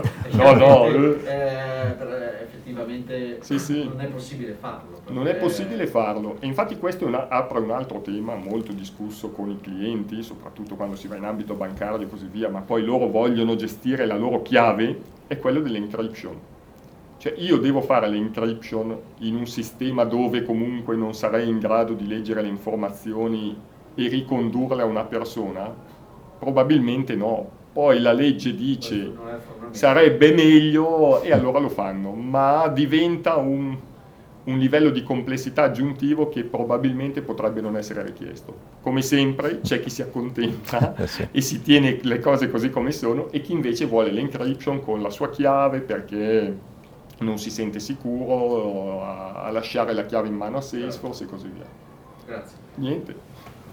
effettivamente Sì. non è possibile farlo. Non è possibile farlo, e infatti questo apre un altro tema molto discusso con i clienti, soprattutto quando si va in ambito bancario e così via, ma poi loro vogliono gestire la loro chiave, è quello dell'encryption. Cioè io devo fare l'encryption in un sistema dove comunque non sarei in grado di leggere le informazioni e ricondurle a una persona? Probabilmente no. Poi la legge dice sarebbe meglio e allora lo fanno, ma diventa un livello di complessità aggiuntivo che probabilmente potrebbe non essere richiesto. Come sempre c'è chi si accontenta sì. e si tiene le cose così come sono e chi invece vuole l'encryption con la sua chiave perché non si sente sicuro a lasciare la chiave in mano a Salesforce e così via. Grazie. Niente.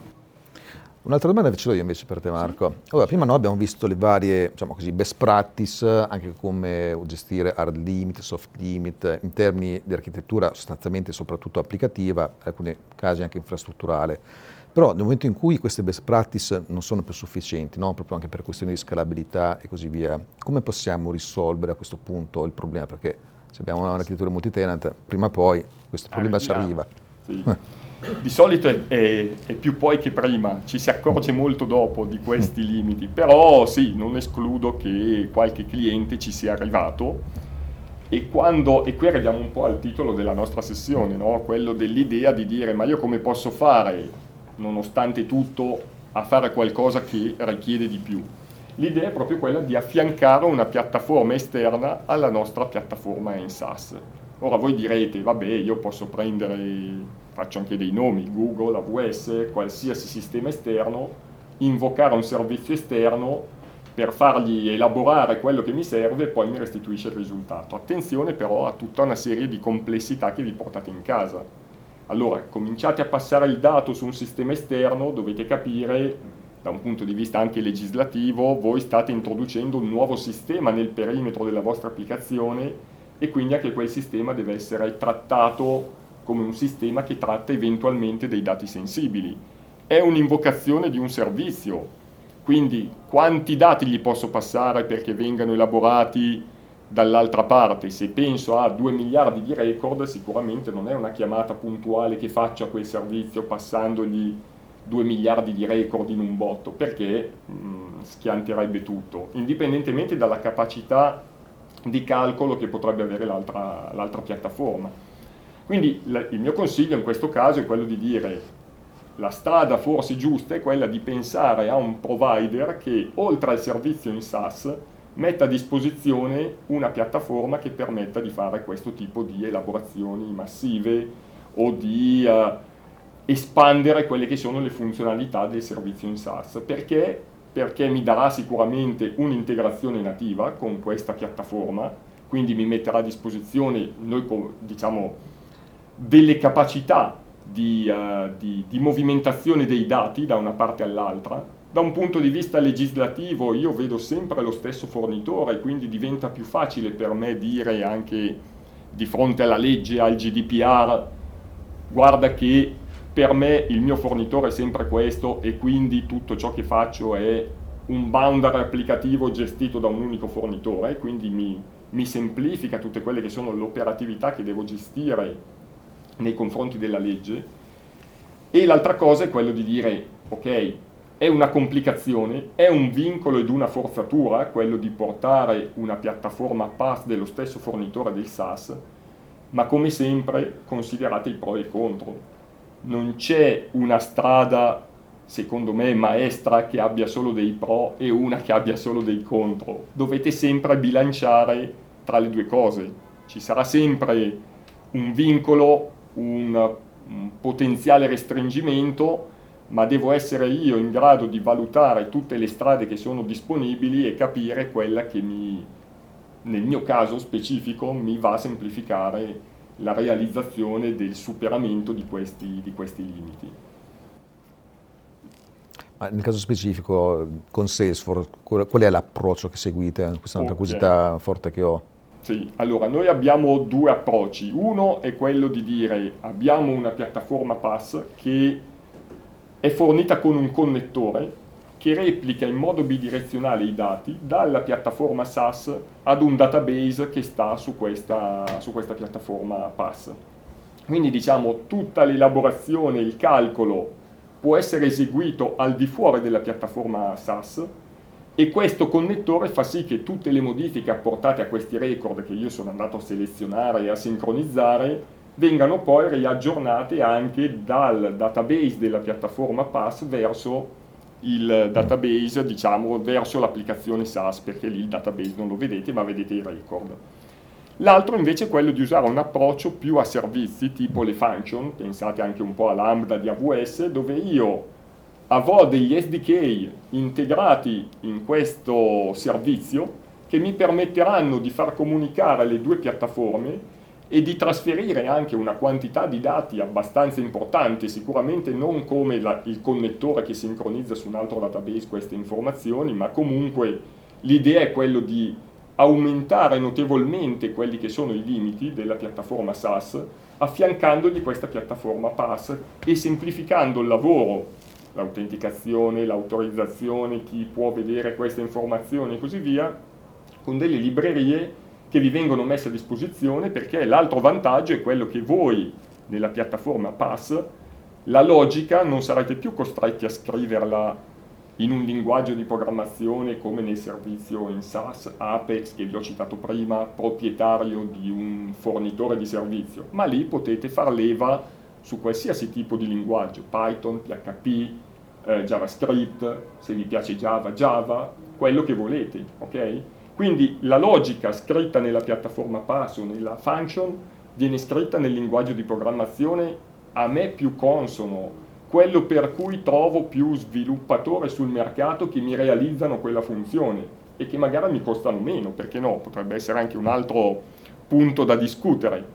Un'altra domanda ce l'ho io invece per te, Marco. Allora, prima noi abbiamo visto le varie, diciamo così, best practice, anche come gestire hard limit, soft limit, in termini di architettura sostanzialmente soprattutto applicativa, in alcuni casi anche infrastrutturale. Però nel momento in cui queste best practice non sono più sufficienti, no? Proprio anche per questioni di scalabilità e così via, come possiamo risolvere a questo punto il problema? Perché se abbiamo un'architettura multitenant, prima o poi questo problema ci arriva. Sì. Di solito è più poi che prima, ci si accorge molto dopo di questi limiti, però sì, non escludo che qualche cliente ci sia arrivato e qui arriviamo un po' al titolo della nostra sessione, no? Quello dell'idea di dire ma io come posso fare, nonostante tutto, a fare qualcosa che richiede di più. L'idea è proprio quella di affiancare una piattaforma esterna alla nostra piattaforma in SaaS. Ora voi direte, vabbè, io posso prendere, faccio anche dei nomi, Google, AWS, qualsiasi sistema esterno, invocare un servizio esterno per fargli elaborare quello che mi serve e poi mi restituisce il risultato. Attenzione però a tutta una serie di complessità che vi portate in casa. Allora, cominciate a passare il dato su un sistema esterno, dovete capire, da un punto di vista anche legislativo, voi state introducendo un nuovo sistema nel perimetro della vostra applicazione e quindi anche quel sistema deve essere trattato come un sistema che tratta eventualmente dei dati sensibili. È un'invocazione di un servizio, quindi quanti dati gli posso passare perché vengano elaborati dall'altra parte? Se penso a 2 miliardi di record, sicuramente non è una chiamata puntuale che faccio a quel servizio passandogli 2 miliardi di record in un botto, perché schianterebbe tutto, indipendentemente dalla capacità di calcolo che potrebbe avere l'altra piattaforma. Quindi il mio consiglio in questo caso è quello di dire la strada forse giusta è quella di pensare a un provider che oltre al servizio in SaaS metta a disposizione una piattaforma che permetta di fare questo tipo di elaborazioni massive o di espandere quelle che sono le funzionalità del servizio in SaaS. Perché mi darà sicuramente un'integrazione nativa con questa piattaforma, quindi mi metterà a disposizione delle capacità di movimentazione dei dati da una parte all'altra. Da un punto di vista legislativo io vedo sempre lo stesso fornitore, quindi diventa più facile per me dire anche di fronte alla legge, al GDPR, guarda che per me il mio fornitore è sempre questo e quindi tutto ciò che faccio è un boundary applicativo gestito da un unico fornitore, quindi mi semplifica tutte quelle che sono l'operatività che devo gestire nei confronti della legge. E l'altra cosa è quello di dire, ok, è una complicazione, è un vincolo ed una forzatura quello di portare una piattaforma PaaS dello stesso fornitore del SaaS, ma come sempre considerate i pro e i contro. Non c'è una strada, secondo me, maestra che abbia solo dei pro e una che abbia solo dei contro. Dovete sempre bilanciare tra le due cose. Ci sarà sempre un vincolo, un potenziale restringimento, ma devo essere io in grado di valutare tutte le strade che sono disponibili e capire quella che nel mio caso specifico mi va a semplificare la realizzazione del superamento di questi limiti. Ma nel caso specifico con Salesforce, qual è l'approccio che seguite? Questa è una curiosità forte che ho. Sì, allora noi abbiamo due approcci. Uno è quello di dire abbiamo una piattaforma PaaS che è fornita con un connettore che replica in modo bidirezionale i dati dalla piattaforma SaaS ad un database che sta su questa piattaforma PaaS. Quindi diciamo tutta l'elaborazione, il calcolo può essere eseguito al di fuori della piattaforma SaaS e questo connettore fa sì che tutte le modifiche apportate a questi record che io sono andato a selezionare e a sincronizzare vengano poi riaggiornate anche dal database della piattaforma PaaS verso il database, diciamo, verso l'applicazione SaaS, perché lì il database non lo vedete ma vedete i record. L'altro invece è quello di usare un approccio più a servizi, tipo le function, pensate anche un po' a Lambda di AWS, dove io avrò degli SDK integrati in questo servizio che mi permetteranno di far comunicare le due piattaforme e di trasferire anche una quantità di dati abbastanza importante, sicuramente non come il connettore che sincronizza su un altro database queste informazioni, ma comunque l'idea è quello di aumentare notevolmente quelli che sono i limiti della piattaforma SaaS, affiancandogli questa piattaforma PaaS e semplificando il lavoro, l'autenticazione, l'autorizzazione, chi può vedere queste informazioni e così via, con delle librerie che vi vengono messe a disposizione, perché l'altro vantaggio è quello che voi nella piattaforma PaaS la logica non sarete più costretti a scriverla in un linguaggio di programmazione come nel servizio in SaaS Apex che vi ho citato prima, proprietario di un fornitore di servizio, ma lì potete far leva su qualsiasi tipo di linguaggio, Python, PHP, JavaScript, se vi piace Java, quello che volete, ok? Quindi la logica scritta nella piattaforma PaaS o nella function viene scritta nel linguaggio di programmazione a me più consono, quello per cui trovo più sviluppatori sul mercato che mi realizzano quella funzione e che magari mi costano meno, perché no, potrebbe essere anche un altro punto da discutere.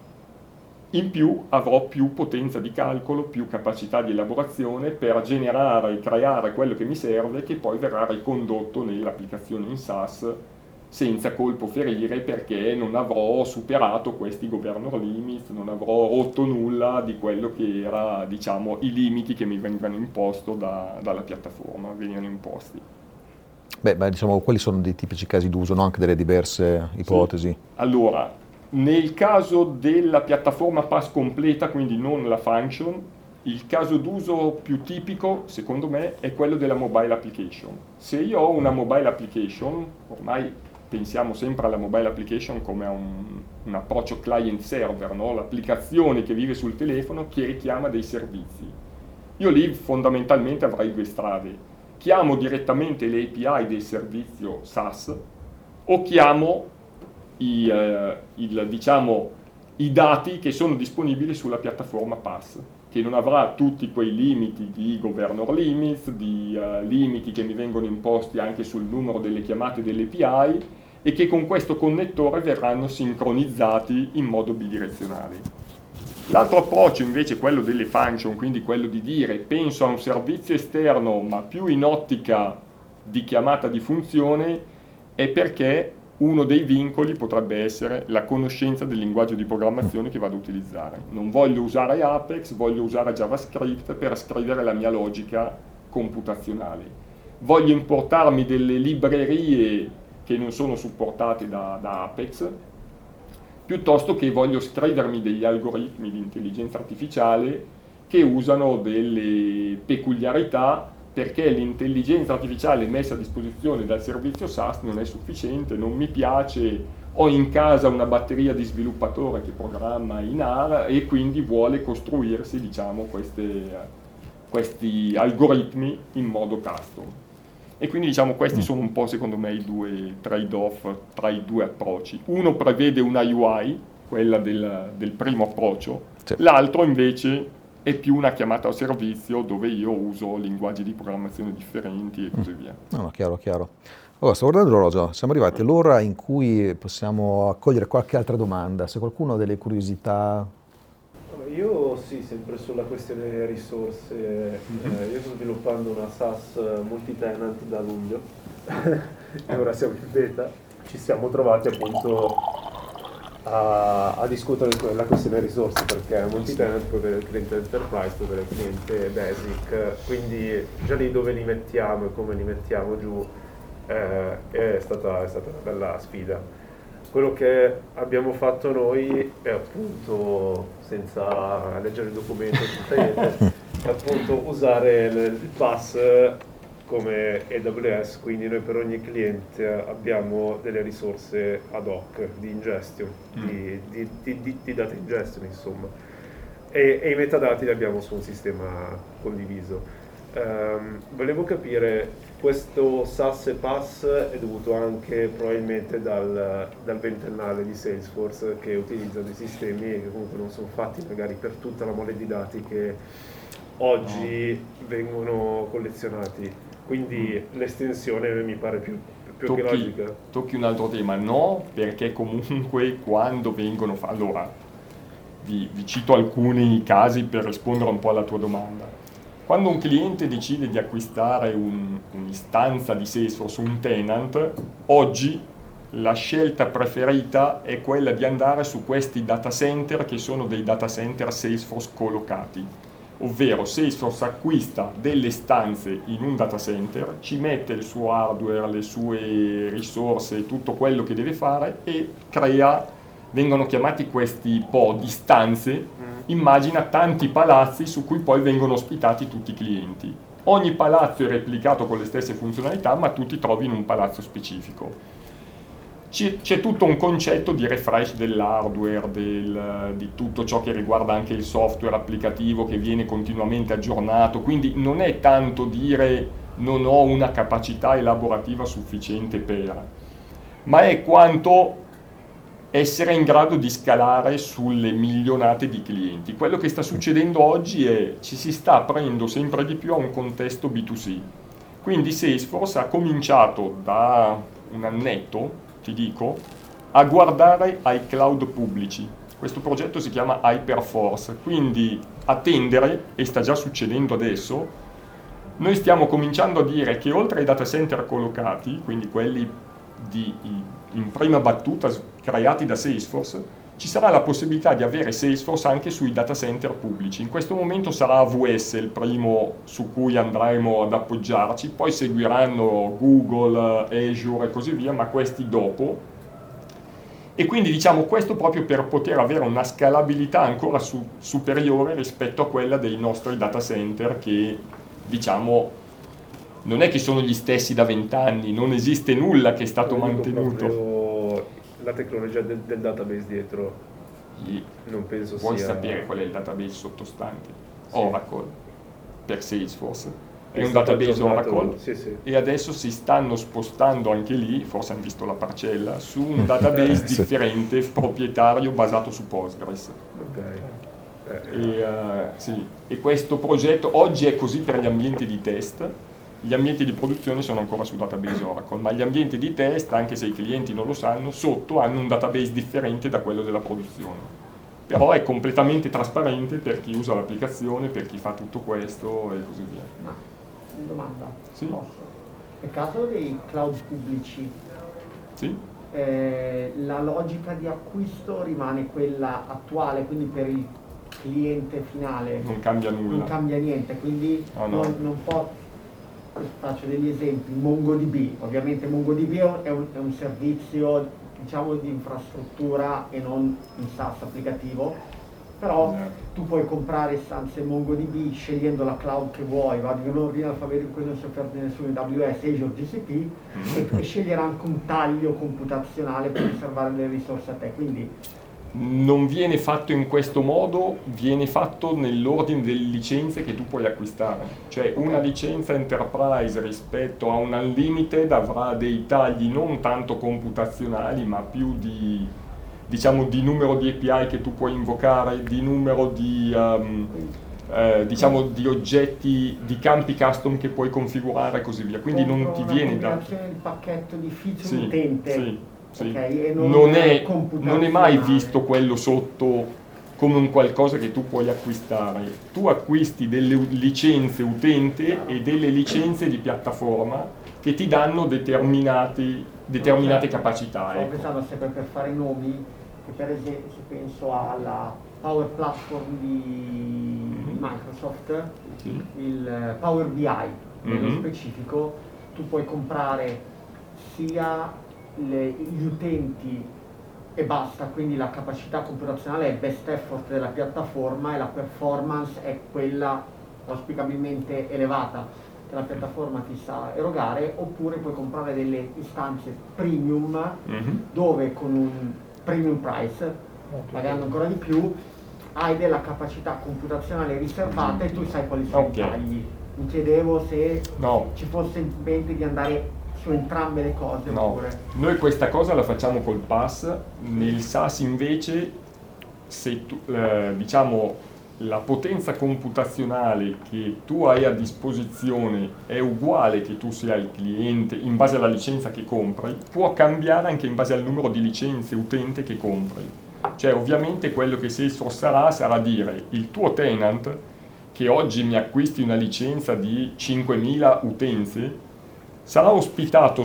In più avrò più potenza di calcolo, più capacità di elaborazione per generare e creare quello che mi serve, che poi verrà ricondotto nell'applicazione in SaaS senza colpo ferire, perché non avrò superato questi governor limits, non avrò rotto nulla di quello che era, diciamo, i limiti che mi venivano imposti dalla piattaforma, venivano imposti. Beh, ma diciamo, quali sono dei tipici casi d'uso, no? Anche delle diverse ipotesi? Sì. Allora, nel caso della piattaforma PaaS completa, quindi non la function, il caso d'uso più tipico, secondo me, è quello della mobile application. Se io ho una mobile application, ormai pensiamo sempre alla mobile application come a un approccio client-server, no? L'applicazione che vive sul telefono che richiama dei servizi. Io lì fondamentalmente avrei due strade. Chiamo direttamente le API del servizio SaaS o chiamo diciamo, i dati che sono disponibili sulla piattaforma PaaS, che non avrà tutti quei limiti di governor limits, di limiti che mi vengono imposti anche sul numero delle chiamate delle API e che con questo connettore verranno sincronizzati in modo bidirezionale. L'altro approccio invece è quello delle function, quindi quello di dire penso a un servizio esterno ma più in ottica di chiamata di funzione, è perché uno dei vincoli potrebbe essere la conoscenza del linguaggio di programmazione che vado a utilizzare. Non voglio usare Apex, voglio usare JavaScript per scrivere la mia logica computazionale. Voglio importarmi delle librerie che non sono supportate da Apex, piuttosto che voglio scrivermi degli algoritmi di intelligenza artificiale che usano delle peculiarità, perché l'intelligenza artificiale messa a disposizione dal servizio SaaS non è sufficiente, non mi piace, ho in casa una batteria di sviluppatore che programma in AR e quindi vuole costruirsi, diciamo, questi algoritmi in modo custom. E quindi, diciamo, questi sono un po', secondo me, i due trade-off tra i due approcci. Uno prevede una UI, quella del primo approccio, sì. L'altro invece è più una chiamata a servizio dove io uso linguaggi di programmazione differenti e così via. No, chiaro. Allora, sto guardando l'orologio, siamo arrivati all'ora in cui possiamo accogliere qualche altra domanda. Se qualcuno ha delle curiosità... Io sì, sempre sulla questione risorse, io sto sviluppando una SaaS multi-tenant da luglio e ora siamo in beta, ci siamo trovati appunto a discutere la questione risorse, perché multi-tenant può avere il cliente enterprise, può avere il cliente basic, quindi già lì dove li mettiamo e come li mettiamo giù è stata una bella sfida. Quello che abbiamo fatto noi è appunto, senza leggere il documento, senza niente, è appunto usare il PaaS come AWS, quindi noi per ogni cliente abbiamo delle risorse ad hoc di ingestion, di data ingestion insomma, e i metadati li abbiamo su un sistema condiviso. Volevo capire, questo SaaS e PaaS è dovuto anche probabilmente dal ventennale di Salesforce, che utilizza dei sistemi che comunque non sono fatti magari per tutta la mole di dati che oggi vengono collezionati, quindi l'estensione mi pare più che logica. Tocchi un altro tema, no, perché comunque quando vengono allora vi cito alcuni casi per rispondere un po' alla tua domanda. Quando un cliente decide di acquistare un'istanza di Salesforce, un tenant, oggi la scelta preferita è quella di andare su questi data center che sono dei data center Salesforce collocati, ovvero Salesforce acquista delle stanze in un data center, ci mette il suo hardware, le sue risorse, tutto quello che deve fare e vengono chiamati questi pod di stanze. Immagina tanti palazzi su cui poi vengono ospitati tutti i clienti. Ogni palazzo è replicato con le stesse funzionalità, ma tu ti trovi in un palazzo specifico. C'è tutto un concetto di refresh dell'hardware, di tutto ciò che riguarda anche il software applicativo che viene continuamente aggiornato, quindi non è tanto dire non ho una capacità elaborativa sufficiente ma è quanto essere in grado di scalare sulle milionate di clienti. Quello che sta succedendo oggi è ci si sta aprendo sempre di più a un contesto B2C. Quindi Salesforce ha cominciato da un annetto, ti dico, a guardare ai cloud pubblici. Questo progetto si chiama Hyperforce, quindi a tendere, e sta già succedendo adesso, noi stiamo cominciando a dire che oltre ai data center collocati, quindi quelli in prima battuta creati da Salesforce, ci sarà la possibilità di avere Salesforce anche sui data center pubblici. In questo momento sarà AWS il primo su cui andremo ad appoggiarci, poi seguiranno Google, Azure e così via, ma questi dopo. E quindi diciamo questo proprio per poter avere una scalabilità ancora superiore rispetto a quella dei nostri data center che, diciamo, non è che sono gli stessi da 20 anni, non esiste nulla che è stato mantenuto. La tecnologia del database dietro, non penso Vuoi sia... sapere qual è il database sottostante? Sì. Oracle, per Salesforce. È un stato database aggiornato, Oracle sì. E adesso si stanno spostando anche lì, forse hanno visto la parcella, su un database differente, proprietario, basato su Postgres. E questo progetto oggi è così per gli ambienti di test. Gli ambienti di produzione sono ancora su database Oracle, ma gli ambienti di test, anche se i clienti non lo sanno, sotto hanno un database differente da quello della produzione. però è completamente trasparente per chi usa l'applicazione, per chi fa tutto questo e così via. Ma, domanda, Sì. posso? Nel caso dei cloud pubblici, Sì? la logica di acquisto rimane quella attuale, quindi per il cliente finale Non cambia nulla. non cambia niente, quindi Ah, no. non può, faccio degli esempi, MongoDB, ovviamente MongoDB è un servizio, diciamo, di infrastruttura e non un SaaS applicativo, però tu puoi comprare istanze MongoDB scegliendo la cloud che vuoi, vado in ordine alfabetico, non so perdere su AWS, Azure, GCP, e scegliere anche un taglio computazionale per riservare le risorse a te, quindi Non viene fatto in questo modo, viene fatto nell'ordine delle licenze che tu puoi acquistare. Cioè una licenza Enterprise rispetto a un Unlimited avrà dei tagli non tanto computazionali, ma più di, diciamo, di numero di API che tu puoi invocare, di numero di, diciamo, di oggetti, di campi custom che puoi configurare e così via. Quindi non ti viene dato. una combinazione di pacchetto di feature Sì, utente. sì, sì. Ok, e Non è computazionale. mai visto quello sotto come un qualcosa che tu puoi acquistare. Tu acquisti delle licenze utente e delle licenze di piattaforma che ti danno determinate capacità. Stavo Ecco. pensando sempre, per fare nomi, che per esempio se penso alla Power Platform di Microsoft, Sì. il Power BI nello Mhm. specifico, tu puoi comprare sia gli utenti e basta, quindi la capacità computazionale è il best effort della piattaforma e la performance è quella auspicabilmente elevata che la piattaforma ti sa erogare, oppure puoi comprare delle istanze premium Mhm. dove con un premium price, pagando ancora di più, hai della capacità computazionale riservata e tu sai quali sono Ok. i tagli. Mi chiedevo se No. ci fosse in mente di andare su entrambe le cose No, oppure... noi questa cosa la facciamo col pass, nel SaaS invece se tu, diciamo, la potenza computazionale che tu hai a disposizione è uguale che tu sia il cliente in base alla licenza che compri, può cambiare anche in base al numero di licenze utente che compri. Cioè ovviamente quello che Salesforce sarà dire il tuo tenant che oggi mi acquisti una licenza di 5.000 utenze sarà ospitato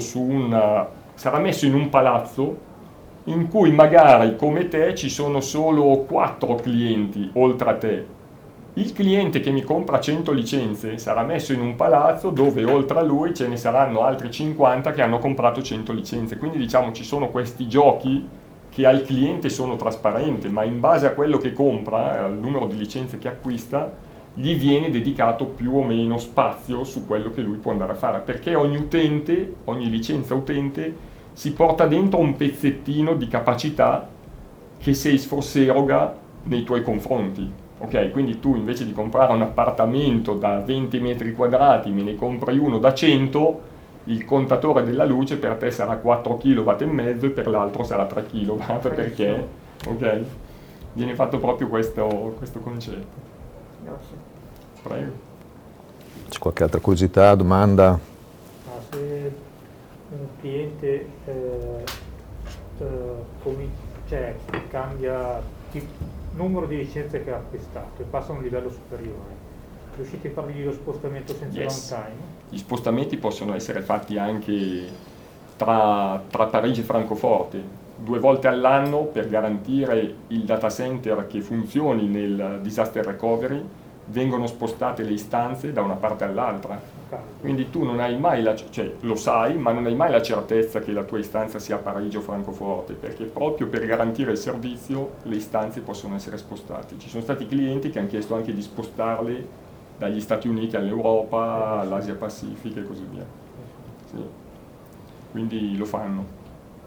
sarà messo in un palazzo in cui magari come te ci sono solo 4 clienti oltre a te. Il cliente che mi compra 100 licenze sarà messo in un palazzo dove oltre a lui ce ne saranno altri 50 che hanno comprato 100 licenze. Quindi diciamo ci sono questi giochi che al cliente sono trasparenti, ma in base a quello che compra, al numero di licenze che acquista, gli viene dedicato più o meno spazio su quello che lui può andare a fare, perché ogni utente, ogni licenza utente si porta dentro un pezzettino di capacità che Salesforce eroga nei tuoi confronti. Ok, quindi tu invece di comprare un appartamento da 20 metri quadrati, me ne compri uno da 100, il contatore della luce per te sarà 4 kW e mezzo e per l'altro sarà 3 kW, perché ok, viene fatto proprio questo concetto. Grazie. Prego. C'è qualche altra curiosità, domanda? Ma se un cliente cambia numero di licenze che ha acquistato e passa a un livello superiore, riuscite a fargli lo spostamento senza downtime? Gli spostamenti possono essere fatti anche tra Parigi e Francoforte, 2 volte all'anno per garantire il data center che funzioni nel disaster recovery, vengono spostate le istanze da una parte all'altra. Quindi tu non hai mai lo sai, ma non hai mai la certezza che la tua istanza sia a Parigi o Francoforte, perché proprio per garantire il servizio le istanze possono essere spostate. Ci sono stati clienti che hanno chiesto anche di spostarle dagli Stati Uniti all'Europa, all'Asia Pacifica e così via. Sì. Quindi lo fanno.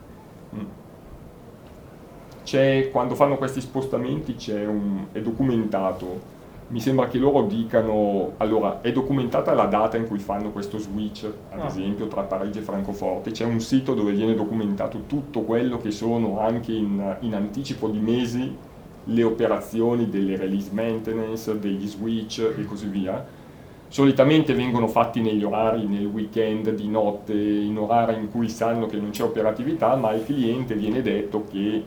Quando fanno questi spostamenti è documentato. Mi sembra che loro dicano, allora è documentata la data in cui fanno questo switch, ad esempio tra Parigi e Francoforte, c'è un sito dove viene documentato tutto quello che sono anche in anticipo di mesi le operazioni delle release maintenance, degli switch e così via. Solitamente vengono fatti negli orari, nel weekend, di notte, in orari in cui sanno che non c'è operatività, ma al cliente viene detto che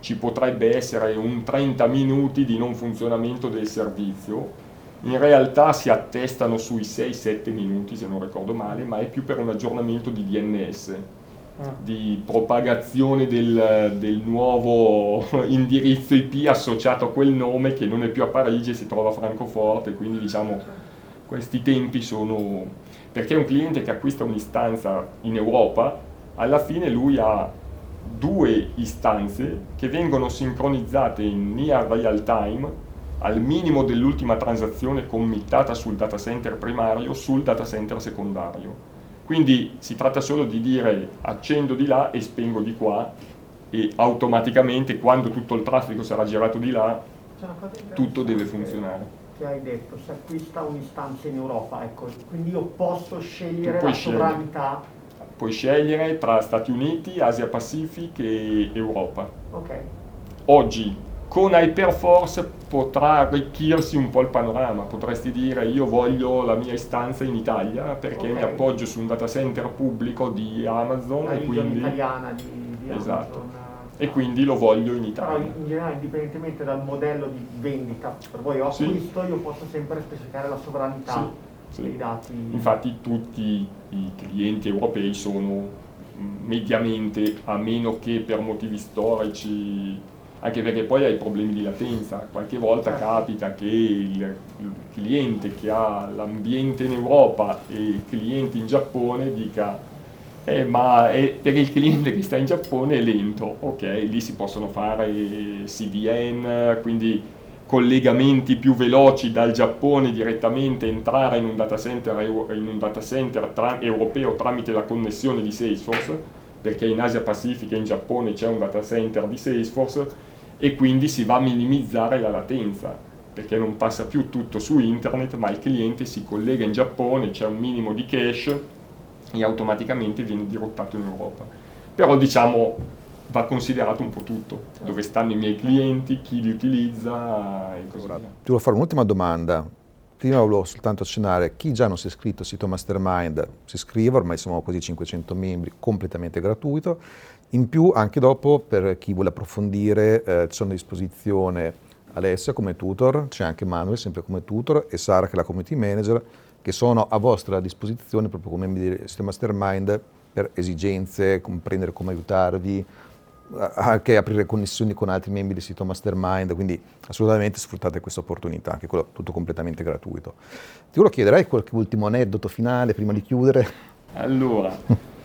ci potrebbe essere un 30 minuti di non funzionamento del servizio. In realtà si attestano sui 6-7 minuti, se non ricordo male, ma è più per un aggiornamento di DNS, di propagazione del nuovo indirizzo IP associato a quel nome, che non è più a Parigi, si trova a Francoforte, quindi diciamo questi tempi sono... perché un cliente che acquista un'istanza in Europa, alla fine lui ha 2 istanze che vengono sincronizzate in near real time al minimo dell'ultima transazione committata sul data center primario sul data center secondario. Quindi si tratta solo di dire accendo di là e spengo di qua, e automaticamente quando tutto il traffico sarà girato di là tutto deve funzionare. Che hai detto, si acquista un'istanza in Europa, ecco, quindi io posso scegliere la scegliere. sovranità. Puoi scegliere tra Stati Uniti, Asia Pacific e Europa. Ok. Oggi con Hyperforce potrà arricchirsi un po' il panorama, potresti dire io voglio la mia istanza in Italia perché mi appoggio su un data center pubblico di Amazon, la e quindi italiana di esatto. Amazon. E quindi lo voglio in Italia. Però in generale, indipendentemente dal modello di vendita, per voi o acquisto, io posso sempre specificare la sovranità dei dati. Infatti tutti i clienti europei sono mediamente, a meno che per motivi storici, anche perché poi hai problemi di latenza, qualche volta capita che il cliente che ha l'ambiente in Europa e il cliente in Giappone dica ma per il cliente che sta in Giappone è lento, ok, lì si possono fare CDN, quindi collegamenti più veloci dal Giappone direttamente, entrare in un data center europeo tramite la connessione di Salesforce, perché in Asia Pacifica e in Giappone c'è un data center di Salesforce, e quindi si va a minimizzare la latenza, perché non passa più tutto su internet, ma il cliente si collega in Giappone, c'è un minimo di cache e automaticamente viene dirottato in Europa. Però diciamo va considerato un po' tutto, dove stanno i miei clienti, chi li utilizza e così via. Ti volevo fare un'ultima domanda. Prima volevo soltanto accennare, chi già non si è iscritto al sito Mastermind si iscrive, ormai siamo quasi 500 membri, completamente gratuito. In più, anche dopo, per chi vuole approfondire, ci sono a disposizione Alessia come tutor, c'è anche Manuel sempre come tutor e Sara che è la community manager, che sono a vostra disposizione proprio come membri del sito Mastermind per esigenze, comprendere come aiutarvi, anche aprire connessioni con altri membri del sito Mastermind, quindi assolutamente sfruttate questa opportunità, anche quello tutto completamente gratuito. Ti volevo chiedere, hai qualche ultimo aneddoto finale prima di chiudere? Allora,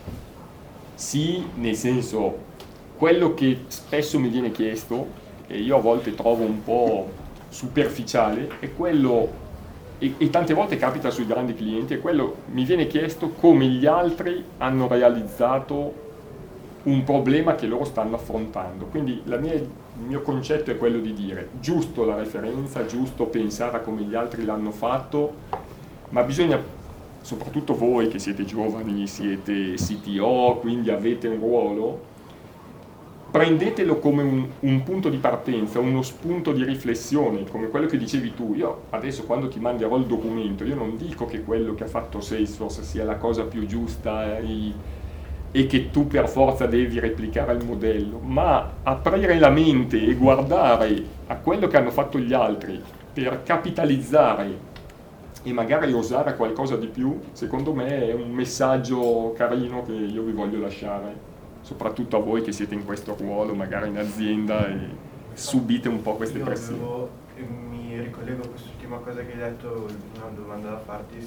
sì, nel senso, quello che spesso mi viene chiesto, e io a volte trovo un po' superficiale, è quello, e tante volte capita sui grandi clienti, è quello, mi viene chiesto come gli altri hanno realizzato un problema che loro stanno affrontando. Quindi il mio concetto è quello di dire giusto la referenza, giusto pensare a come gli altri l'hanno fatto, ma bisogna, soprattutto voi che siete giovani, siete CTO, quindi avete un ruolo, prendetelo come un punto di partenza, uno spunto di riflessione, come quello che dicevi tu. Io adesso quando ti manderò il documento, io non dico che quello che ha fatto Salesforce sia la cosa più giusta e che tu per forza devi replicare il modello, ma aprire la mente e guardare a quello che hanno fatto gli altri per capitalizzare e magari osare qualcosa di più, secondo me è un messaggio carino che io vi voglio lasciare, soprattutto a voi che siete in questo ruolo, magari in azienda e subite un po' queste pressioni. Mi ricollego a quest'ultima cosa che hai detto, una domanda da farti,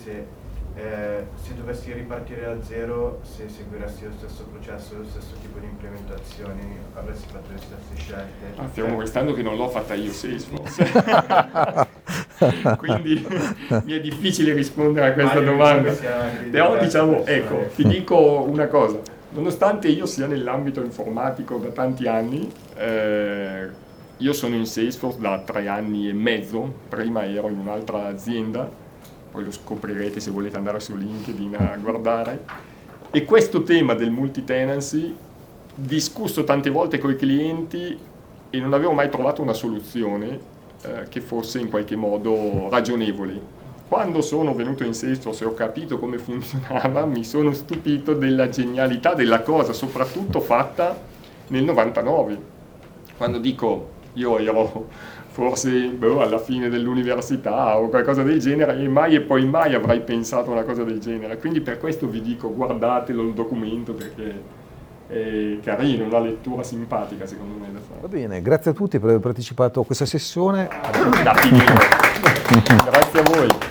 se dovessi ripartire da zero, se seguiresti lo stesso processo, lo stesso tipo di implementazioni, avresti fatto le stesse scelte? Stiamo restando che non l'ho fatta io Salesforce, quindi mi è difficile rispondere a questa domanda. Però diciamo, ecco, ti dico una cosa, nonostante io sia nell'ambito informatico da tanti anni, io sono in Salesforce da 3 anni e mezzo, prima ero in un'altra azienda, poi lo scoprirete se volete andare su LinkedIn a guardare, e questo tema del multi-tenancy, discusso tante volte con i clienti e non avevo mai trovato una soluzione che fosse in qualche modo ragionevole. Quando sono venuto in Salesforce e ho capito come funzionava, mi sono stupito della genialità della cosa, soprattutto fatta nel 99. Quando dico io ero forse alla fine dell'università o qualcosa del genere, e mai e poi mai avrei pensato a una cosa del genere. Quindi per questo vi dico, guardatelo il documento, perché è carino, una lettura simpatica secondo me da fare. Va bene, grazie a tutti per aver partecipato a questa sessione. Da finire. Grazie a voi.